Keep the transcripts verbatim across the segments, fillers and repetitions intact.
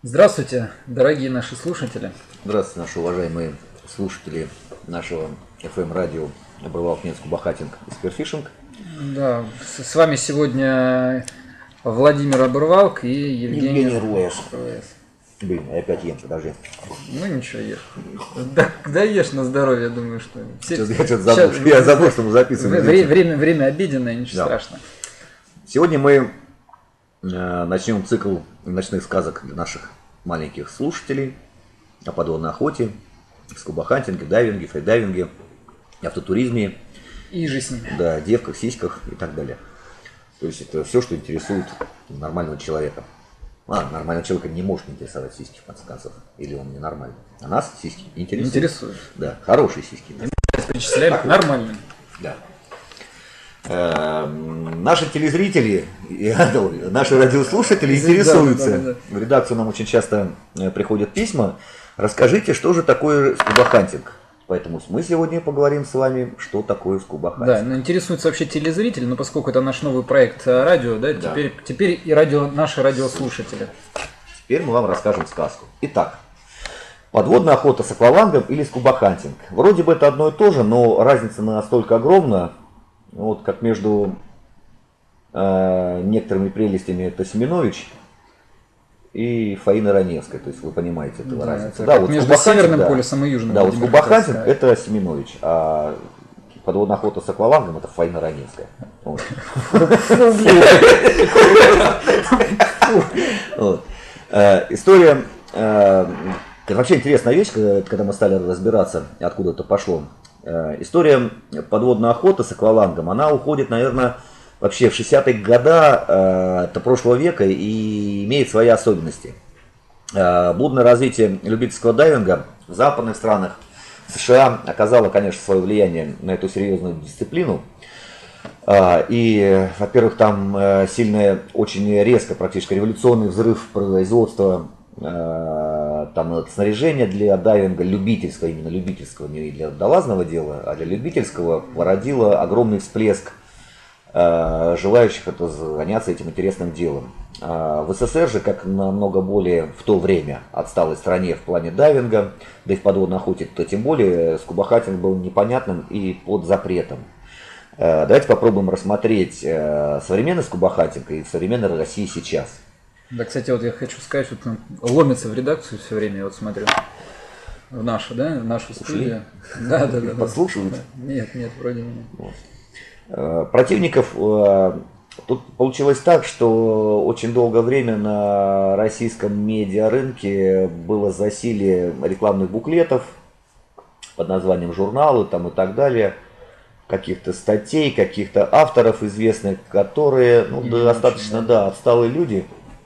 Здравствуйте, дорогие наши слушатели. Здравствуйте, наши уважаемые слушатели нашего эф эм-радио Обрывалов Ненецк Кубахантинг и Spearfishing. Да, с, с вами сегодня Владимир Обрывалк и Евгений, Евгений Руэс. Руэс. Блин, я опять ем, подожди. Ну ничего, ешь. Да, да ешь на здоровье, я думаю, что... Все, я что-то забыл, сейчас, я забыл, что мы записываем. Время, время, время обеденное, ничего да. страшного. Сегодня мы э, начнем цикл ночных сказок для наших маленьких слушателей о подводной охоте, скубахантинге, дайвинге, фридайвинге, автотуризме. И же с ними. Да, девках, сиськах и так далее. То есть это все, что интересует нормального человека. А, нормального человека не может интересовать сиськи, в конце концов. Или он ненормальный. А нас сиськи интересуют. Интересуют. Да, хорошие сиськи. Мы причисляем к нормальным. Да. Наши телезрители, наши радиослушатели интересуются. Да, да, да, да. В редакцию нам очень часто приходят письма. Расскажите, что же такое скубахантинг? Поэтому мы сегодня поговорим с вами, что такое скубахантинг. Да, но интересуется вообще телезритель, но поскольку это наш новый проект радио, да, да. Теперь, теперь и радио, наши радиослушатели. Теперь мы вам расскажем сказку. Итак, подводная охота с аквалангом или скубахантинг. Вроде бы это одно и то же, но разница настолько огромна, вот как между э, некоторыми прелестями это Семенович и Фаина Раневская, то есть вы понимаете эту да, разницу. Да, вот между Северным да, полюсом и Южным. Да, вот скубахантинг это Семенович, а подводная охота с аквалангом это Фаина Раневская. История, вообще интересная вещь, когда мы стали разбираться, откуда это пошло. История подводной охоты с аквалангом, она уходит, наверное, вообще в шестидесятые годы э, прошлого века и имеет свои особенности. Э, бурное развитие любительского дайвинга в западных странах США оказало, конечно, свое влияние на эту серьезную дисциплину. Э, и, во-первых, там э, сильный, очень резко, практически революционный взрыв производства э, там, снаряжения для дайвинга, любительского, именно любительского, не для водолазного дела, а для любительского, породило огромный всплеск желающих это заняться этим интересным делом. В СССР же, как намного более в то время отсталой стране в плане дайвинга, да и в подводной охоте, то тем более скубахантинг был непонятным и под запретом. Давайте попробуем рассмотреть современный скубахантинг и современной России сейчас. Да, кстати, вот я хочу сказать, вот ломится в редакцию все время, я вот смотрю. В нашу, да, в нашу студию. Да, да, да. Подслушивают? Нет, нет, вроде нет. Противников тут получилось так, что очень долгое время на российском медиарынке было засилие рекламных буклетов под названием журналы там и так далее, каких-то статей, каких-то авторов известных, которые ну, достаточно очень, да. Да, отсталые люди.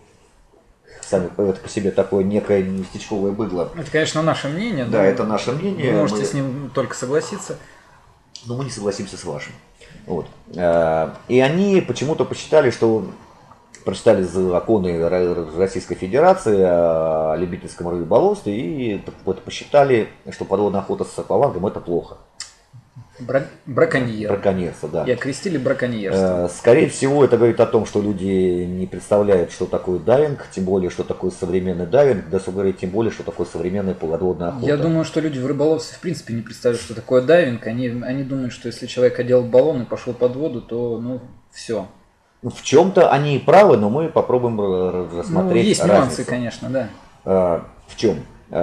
Сами по себе такое некое местечковое быдло. Это, конечно, наше мнение. Да, это наше мнение. Вы можете мы... с ним только согласиться. Но мы не согласимся с вашим. Вот. И они почему-то посчитали, что прочитали законы Российской Федерации о любительском рыболовстве и посчитали, что подводная охота с аквалангом это плохо. Бра- браконьер. Браконьерство, да. И окрестили браконьерство. Скорее всего, это говорит о том, что люди не представляют, что такое дайвинг, тем более, что такое современный дайвинг, да, говорить, тем более, что такое современная подводная охота. Я думаю, что люди в рыболовстве в принципе не представляют, что такое дайвинг. Они, они думают, что если человек одел баллон и пошел под воду, то ну все. В чем-то они и правы, но мы попробуем рассмотреть ну, есть разницу. Нюансы, конечно, да. В чем?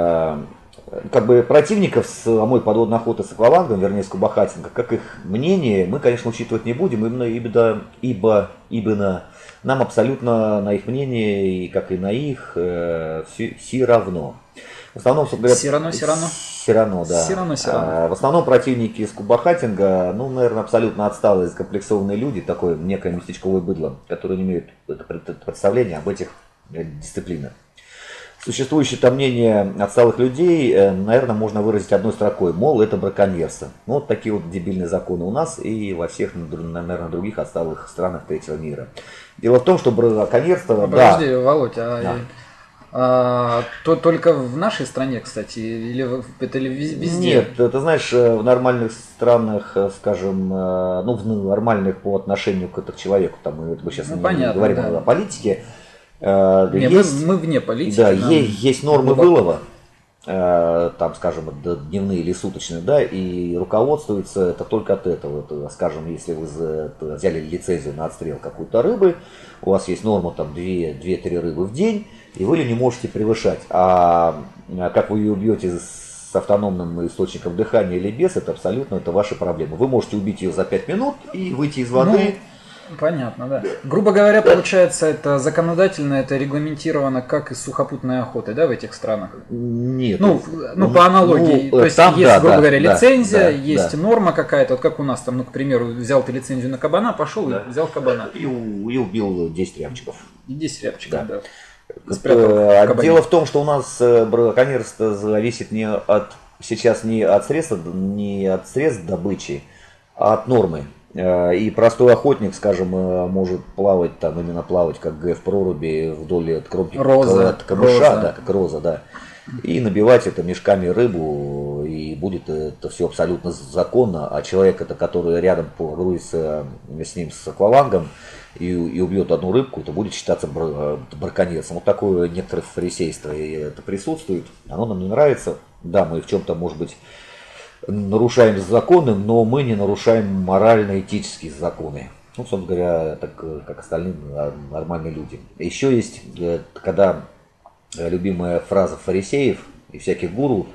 Как бы противников самой подводной охоты с аквалангом, вернее скубахантинга, как их мнение, мы, конечно, учитывать не будем, именно, ибо, ибо, ибо нам абсолютно на их мнение, и как и на их, э, все, все равно. В основном, говоря, все равно, все равно. Все равно, да. Все равно, все равно. В основном противники скубахантинга, ну, наверное, абсолютно отсталые, закомплексованные люди, такое некое местечковое быдло, которые не имеют представления об этих дисциплинах. Существующее там мнение отсталых людей, наверное, можно выразить одной строкой, мол, это браконьерство. Ну, вот такие вот дебильные законы у нас и во всех, наверное, других отсталых странах третьего мира. Дело в том, что браконьерство... Подожди, да, Володь, а, да. а то только в нашей стране, кстати, или это везде? Нет, ты знаешь, в нормальных странах, скажем, ну, в нормальных по отношению к этому человеку, там, мы сейчас ну, не понятно, говорим да. о политике, Не, есть, мы, мы вне политики. Да, есть, есть нормы вылова, там, скажем, дневные или суточные, да, и руководствуется это только от этого. Это, скажем, если вы взяли лицензию на отстрел какой-то рыбы, у вас есть норма там две-три рыбы в день, и вы ее не можете превышать. А как вы ее убьете с автономным источником дыхания или без, это абсолютно это ваши проблемы. Вы можете убить ее за пять минут и выйти из воды. Ну, понятно, да. Грубо говоря, получается, это законодательно, это регламентировано как и с сухопутной охотой, да, в этих странах? Нет. Ну, ну по аналогии, ну, то есть там, есть, да, грубо да, говоря, да, лицензия, да, есть да. норма какая-то, вот как у нас там, ну, к примеру, взял ты лицензию на кабана, пошел да. и взял кабана. И, и убил десять рябчиков. И десять рябчиков, да. да. Спрятал Дело в том, что у нас браконьерство зависит не от, сейчас не от средств, не от средств добычи, а от нормы. И простой охотник, скажем, может плавать, там именно плавать, как Г в проруби вдоль от кромки роза, от камыша, роза. Да, как роза, да. И набивать это мешками рыбу, и будет это все абсолютно законно. А человек, это, который рядом погрузится с ним с аквалангом и, и убьет одну рыбку, это будет считаться браконьерством. Вот такое некоторое фарисейство это присутствует. Оно нам не нравится. Да, мы в чем-то, может быть, нарушаем законы, но мы не нарушаем морально-этические законы. Ну, собственно говоря, так как остальные нормальные люди. Еще есть, когда любимая фраза фарисеев и всяких гуру,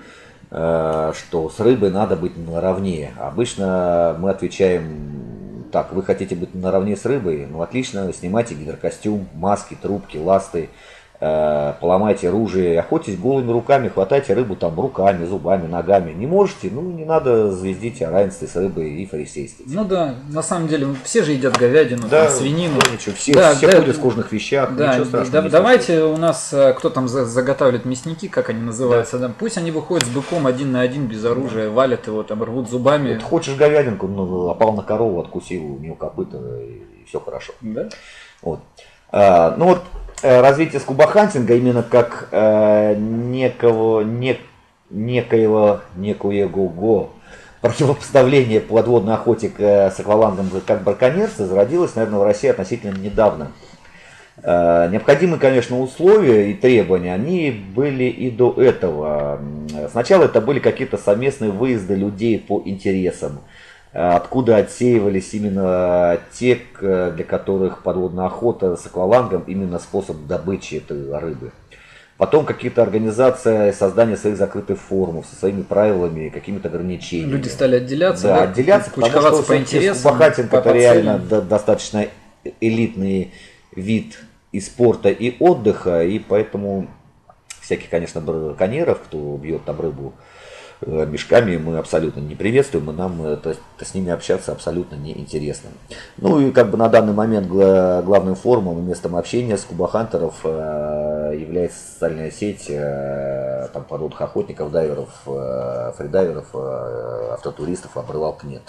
что с рыбой надо быть наравне. Обычно мы отвечаем так: вы хотите быть наравне с рыбой? Ну, отлично, снимайте гидрокостюм, маски, трубки, ласты. Поломайте оружие, охотитесь голыми руками, хватайте рыбу там руками, зубами, ногами. Не можете, ну не надо звездить о равенстве с рыбой и фарисействовать. Ну да, на самом деле все же едят говядину, да, там, свинину. Ничего, все, да, все да, ходят в кожаных вещах, да, ничего страшного. Да, давайте у нас, кто там заготавливает мясники, как они называются, да. Да, пусть они выходят с быком один на один без оружия, да. Валят его, там рвут зубами. Вот хочешь говядинку, ну, опал на корову, откусил у нее копыта и все хорошо. Да? Вот. А, ну вот. Развитие скубахантинга именно как э, некого, не, некоего, некоего противопоставления подводной охоте к, с аквалангом как браконьерство зародилось, наверное, в России относительно недавно. Э, необходимые, конечно, условия и требования, они были и до этого. Сначала это были какие-то совместные выезды людей по интересам. Откуда отсеивались именно те, для которых подводная охота с аквалангом именно способ добычи этой рыбы. Потом какие-то организации создания своих закрытых форумов со своими правилами, какими-то ограничениями. Люди стали отделяться, да, да отделяться, потому что по интересам, скубахантинг это реально до, достаточно элитный вид и спорта, и отдыха, и поэтому всяких, конечно, браконьеров, кто бьет там рыбу мешками, мы абсолютно не приветствуем, и нам это, это с ними общаться абсолютно неинтересно. Ну и как бы на данный момент главным форумом и местом общения скубахантеров является социальная сеть там, подводных охотников, дайверов, фридайверов, автотуристов, обрывалок нет.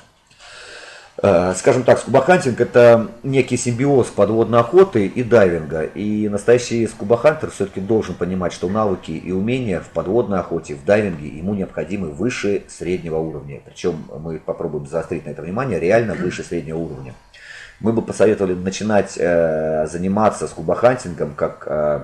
Скажем так, скубахантинг это некий симбиоз подводной охоты и дайвинга. И настоящий скубахантер все-таки должен понимать, что навыки и умения в подводной охоте, в дайвинге ему необходимы выше среднего уровня. Причем мы попробуем заострить на это внимание, реально выше среднего уровня. Мы бы посоветовали начинать э, заниматься скубахантингом как э,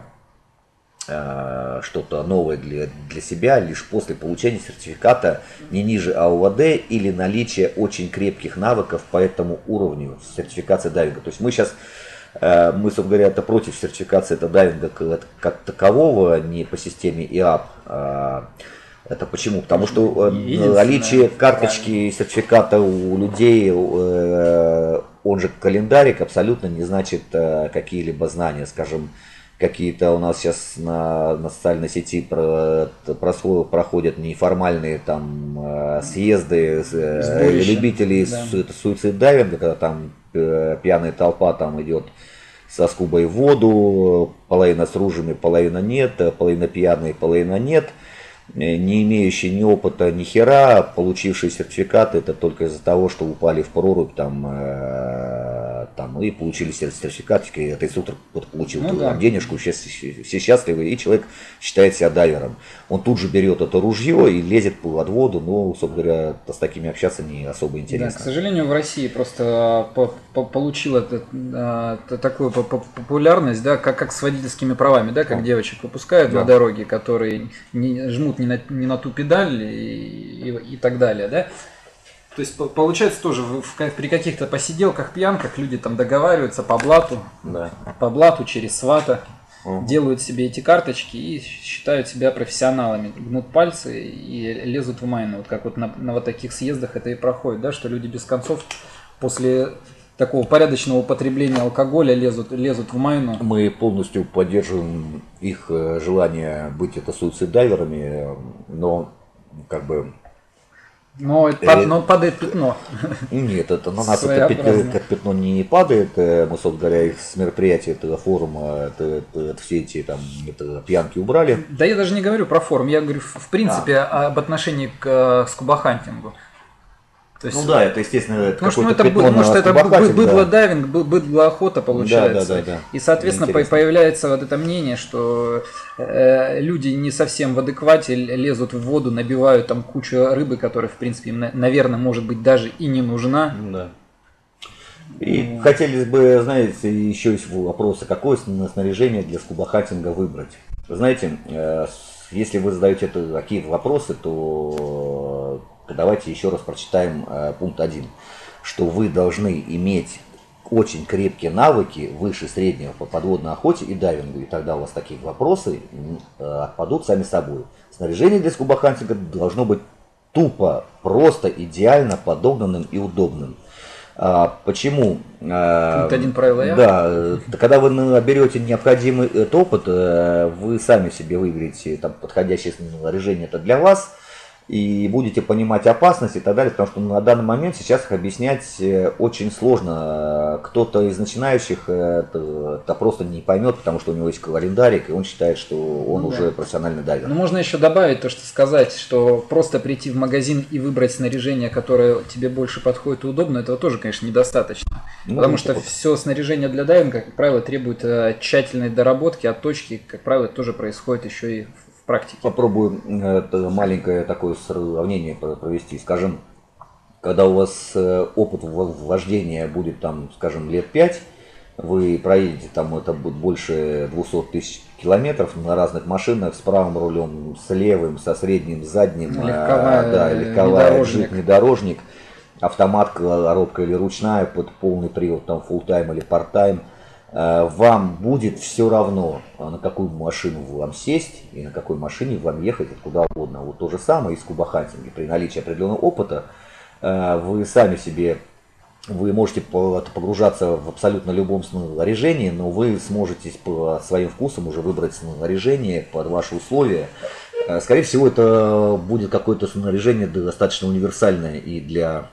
э, что-то новое для, для себя лишь после получения сертификата не ниже А У В Д или наличия очень крепких навыков по этому уровню сертификации дайвинга. То есть мы сейчас, э, мы, собственно говоря, это против сертификации это дайвинга как, как такового, не по системе И А П. Э, это почему? Потому что наличие карточки сертификата у людей, э, он же календарик, абсолютно не значит э, какие-либо знания. Скажем, какие-то у нас сейчас на, на социальной сети про, про, проходят неформальные там э, съезды э, любителей да. су, суицид-дайвинга, когда там э, пьяная толпа там идет со скубой в воду, половина с ружьями, половина нет, половина пьяная, половина нет. не имеющие ни опыта, ни хера, получившие сертификаты, это только из-за того, что упали в прорубь там, э, там и получили сертификат, этот инструктор получил ну, да. денежку, сейчас все счастливы, и человек считает себя дайвером. Он тут же берет это ружье и лезет под воду, но, собственно говоря, с такими общаться не особо интересно. Да, к сожалению, в России просто получила такую популярность, да, как, как с водительскими правами, да, как девочек выпускают да. на дороге, которые не, жмут не на, не на ту педаль и, и, и так далее, да. То есть получается тоже в, в, при каких-то посиделках, пьянках люди там договариваются по блату, да. по блату через свата, угу. делают себе эти карточки и считают себя профессионалами, гнут пальцы и лезут в майну. Вот как вот на, на вот таких съездах это и проходит, да, что люди без концов после такого порядочного употребления алкоголя лезут, лезут в майну. Мы полностью поддерживаем их желание быть это суицид-дайверами, но как бы... Но, э... но падает пятно. Нет, это на нас это пятно, как пятно не падает. Мы, собственно говоря, их с мероприятия этого форума, это, это, это все эти там это, пьянки убрали. Да я даже не говорю про форум, я говорю в принципе а. об отношении к скубахантингу. То есть, ну да, это естественно потому что, ну, это, потому что это быдло-дайвинг, да. быдло-охота получается. Да, да, да, да. И соответственно появляется вот это мнение, что э, люди не совсем в адеквате лезут в воду, набивают там кучу рыбы, которая в принципе им, наверное, может быть даже и не нужна. Да. И mm. хотелось бы, знаете, еще есть вопросы, какое снаряжение для скубахантинга выбрать. Вы знаете, э, если вы задаете такие вопросы, то давайте еще раз прочитаем э, пункт один, что вы должны иметь очень крепкие навыки выше среднего по подводной охоте и дайвингу, и тогда у вас такие вопросы э, отпадут сами собой. Снаряжение для скубахантинга должно быть тупо, просто идеально подогнанным и удобным. А, почему? Пункт один правила я. Да, когда вы наберете необходимый опыт, вы сами себе выберете там, подходящее снаряжение это для вас, и будете понимать опасность и так далее, потому что на данный момент сейчас их объяснять очень сложно. Кто-то из начинающих это, это просто не поймет, потому что у него есть календарик, и он считает, что он ну, уже да. профессиональный дайвер. Но можно еще добавить то, что сказать, что просто прийти в магазин и выбрать снаряжение, которое тебе больше подходит и удобно, этого тоже, конечно, недостаточно. Ну, потому что вот. все снаряжение для дайвинга, как правило, требует тщательной доработки, отточки, как правило, это тоже происходит еще и практике. Попробую это маленькое такое сравнение провести. Скажем, когда у вас опыт вождения будет там, скажем, лет пять, вы проедете там это будет больше двухсот тысяч километров на разных машинах с правым рулем, с левым, со средним, задним, легковая, да, легковая, внедорожник. внедорожник, автомат, коробка или ручная под полный привод, там full-time или part-time. Вам будет все равно, на какую машину вам сесть и на какой машине вам ехать куда угодно. Вот то же самое и с скубахантингом. При наличии определенного опыта вы сами себе, вы можете погружаться в абсолютно любом снаряжении, но вы сможете по своим вкусам уже выбрать снаряжение под ваши условия. Скорее всего, это будет какое-то снаряжение достаточно универсальное и для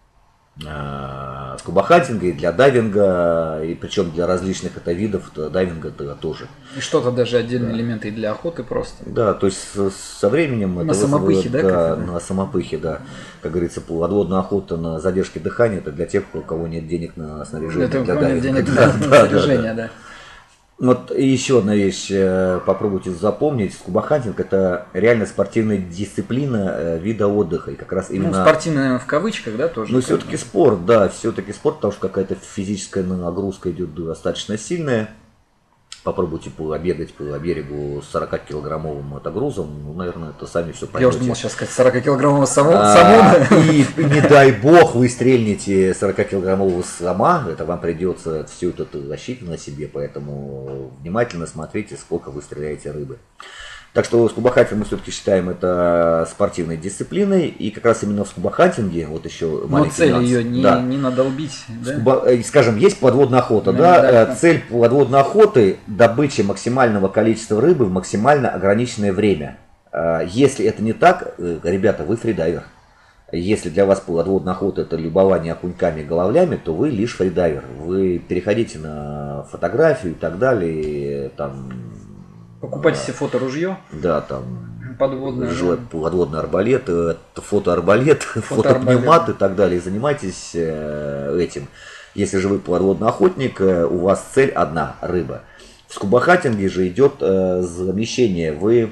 скубахантинга, и для дайвинга, и причем для различных это видов дайвинга тоже. И что-то даже отдельные да. элементы и для охоты просто. Да, то есть со временем... На самопыхе, да? Да, на самопыхе, да. Как говорится, подводная охота на задержке дыхания, это для тех, у кого нет денег на снаряжение. Для для кого нет денег да, на да, снаряжение, да. да. Вот и еще одна вещь, попробуйте запомнить, скубахантинг это реально спортивная дисциплина вида отдыха. И как раз именно... Ну, спортивная, наверное, в кавычках, да, тоже? Ну, все-таки спорт, да, все-таки спорт, потому что какая-то физическая нагрузка идет достаточно сильная. Попробуйте побегать по берегу с сорокакилограммовым грузом, ну, наверное, это сами все поймете. Я уже думал сейчас сказать сорокакилограммового самона. И не дай бог вы стрельнете сорокакилограммового сама, это вам придется все это тащить на себе, поэтому внимательно смотрите, сколько вы стреляете рыбы. Так что скубахантинг мы все-таки считаем это спортивной дисциплиной, и как раз именно в скубахантинге, вот еще маленький цель нюанс, ее не, да. не надолбить. Да? Скуба, скажем, есть подводная охота, ну, да? Да, цель подводной охоты – добыча максимального количества рыбы в максимально ограниченное время. Если это не так, ребята, вы фридайвер. Если для вас подводная охота – это любование окуньками и головлями, то вы лишь фридайвер. Вы переходите на фотографию и так далее, там… Покупайте себе фоторужье. Да, там подводный, желает подводный арбалет, фотоарбалет, фотопневмат и так далее. Занимайтесь этим. Если же вы подводный охотник, у вас цель одна – рыба. В скубахантинге же идет замещение. Вы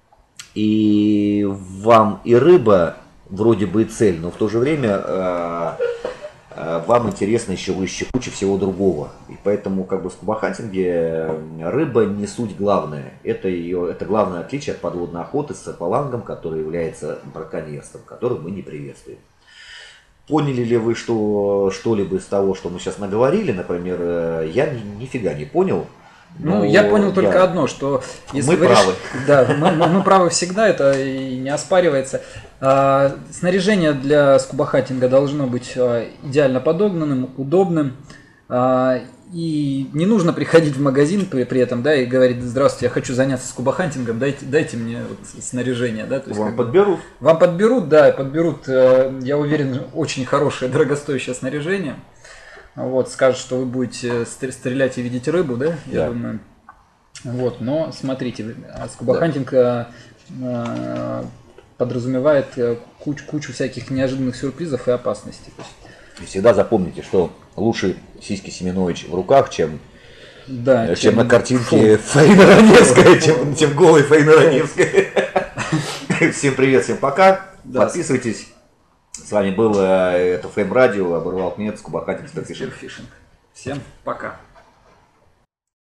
и вам и рыба вроде бы и цель, но в то же время вам интересно еще выше куча всего другого. И поэтому как бы в скубахантинге рыба не суть главная. Это, ее, это главное отличие от подводной охоты с аквалангом, который является браконьерством, который мы не приветствуем. Поняли ли вы что, что-либо из того, что мы сейчас наговорили? Например, я ни, нифига не понял. Ну, я понял только я... одно, что если мы вы правы. Реш... Да, мы, мы правы всегда, это и не оспаривается. А, снаряжение для скубахантинга должно быть а, идеально подогнанным, удобным. А, и не нужно приходить в магазин при, при этом, да, и говорить: здравствуйте, я хочу заняться скубахантингом, дайте, дайте мне вот снаряжение. Да? То есть, вам как подберут? Бы, вам подберут, да, подберут, я уверен, очень хорошее, дорогостоящее снаряжение. Вот, скажут, что вы будете стрелять и видеть рыбу, да, я да. думаю. Вот, но смотрите, скубахантинг да. подразумевает кучу, кучу всяких неожиданных сюрпризов и опасностей. И всегда запомните, что лучше сиськи Семенович в руках, чем, да, чем, чем на картинке Фаина Раневская, чем, чем голой Фаина Раневская. Всем привет, всем пока. Да. Подписывайтесь. С вами был это Фейм Радио, оборвал нет, скубахантинг, Spearfishing. Всем пока.